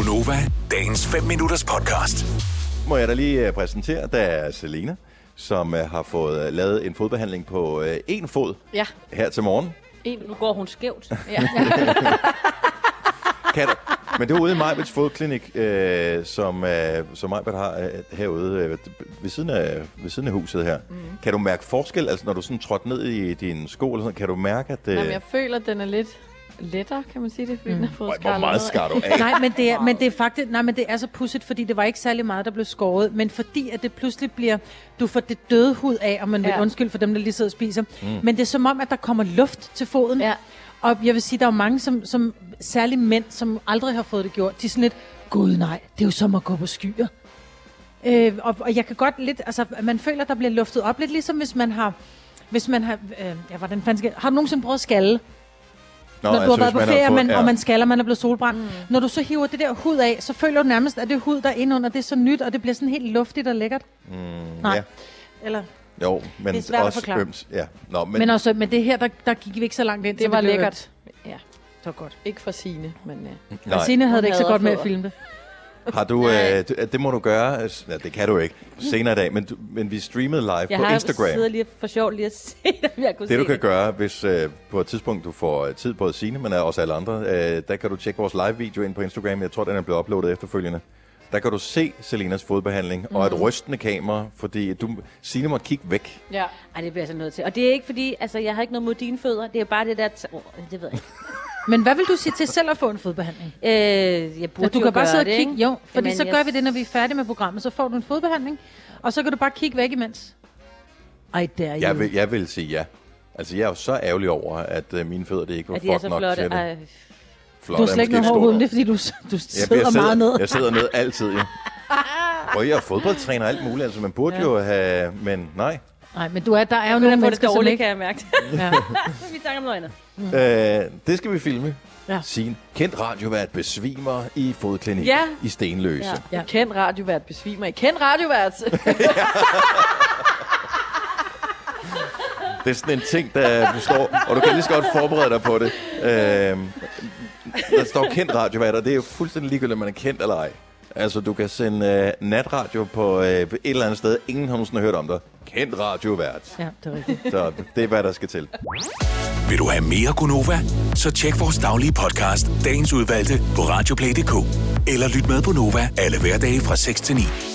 Gunova, dagens 5 minutters podcast. Må jeg da lige præsentere, der er Selina, som har fået lavet en fodbehandling på en fod her til morgen. Nu går hun skævt. Ja. Men det er ude i Majbets fodklinik, som Majbet har herude ved siden af huset her. Mm. Kan du mærke forskel, altså når du sådan trådte ned i din sko, eller sådan, kan du mærke, at... Jamen, jeg føler, at den er lidt lettere, kan man sige det, fordi den har fået Hvor meget skar du af? Nej, men det er så pudsigt, fordi det var ikke særlig meget, der blev skåret, men fordi at det pludselig bliver, du får det døde hud af, og man vil undskylde for dem, der lige sidder og spiser. Men det er som om, at der kommer luft til foden. Ja. Og jeg vil sige, der er mange, som særligt mænd, som aldrig har fået det gjort, de er sådan lidt, gud nej, det er jo som at gå på skyer. Og jeg kan godt lidt, altså man føler, der bliver luftet op lidt, ligesom hvis man har, hvordan fanden skal, har du nogensinde prøvet at skalle? Når du har været på ferie, og man skaller, man er blevet solbrændt. Når du så hiver det der hud af, så føler du nærmest, at det hud der er inde under, det er så nyt, og det bliver sådan helt luftigt og lækkert. Nej. Ja. Eller... Jo, men det er svært også at forklare. Ja. Men det her, der gik vi ikke så langt ind. Det var lækkert. Ja, det var godt. Ikke for Signe, men... Signe havde det ikke så godt med at filme det. Har du, det må du gøre, det kan du ikke, senere i dag, men vi streamede live på Instagram. Jeg har siddet lige for sjov lige at se det, jeg kunne det du kan gøre, hvis på et tidspunkt du får tid, både Signe, men også alle andre, der kan du tjekke vores live-video ind på Instagram. Jeg tror, den er blevet uploadet efterfølgende. Der kan du se Selinas fodbehandling og et rystende kamera, fordi Signe måtte kigge væk. Ja. Ej, det bliver jeg så nødt til. Og det er ikke fordi, altså jeg har ikke noget mod dine fødder, det er bare det der, det ved jeg ikke. Men hvad vil du sige til selv at få en fodbehandling? Jeg burde du kan bare sidde og kigge. Jo, fordi jamen, så gør vi det, når vi er færdige med programmet. Så får du en fodbehandling, og så kan du bare kigge væk imens. Ej, der er jeg vil sige ja. Altså, jeg er jo så ærgerlig over, at mine fødder det ikke var fuck nok til det. Du har slet ikke noget hård hud, det er fordi, du sidder meget ned. Jeg sidder ned altid, ja. Og jeg er fodboldtræner og alt muligt, altså man burde jo have, men nej. Nej, men der er jo nogle mennesker, som ikke... kan jeg mærke. Ja. Vi tager om noget andet. Det skal vi filme. Ja. Signe, kendt radiovært besvimer i fodklinik i Stenløse. Ja. Kendt radiovært besvimer i kendt radiovært. Det er sådan en ting, der står, og du kan lige så godt forberede dig på det. Der står kendt radiovært, og det er jo fuldstændig ligegyldigt, om man er kendt eller ej. Altså, du kan sende natradio på et eller andet sted. Ingen har nogensinde hørt om dig. Kendt radiovært. Ja, det er rigtigt. Så det er, hvad der skal til. Vil du have mere Gunova? Så tjek vores daglige podcast, dagens udvalgte, på radioplay.dk. Eller lyt med på Nova alle hverdage fra 6 til 9.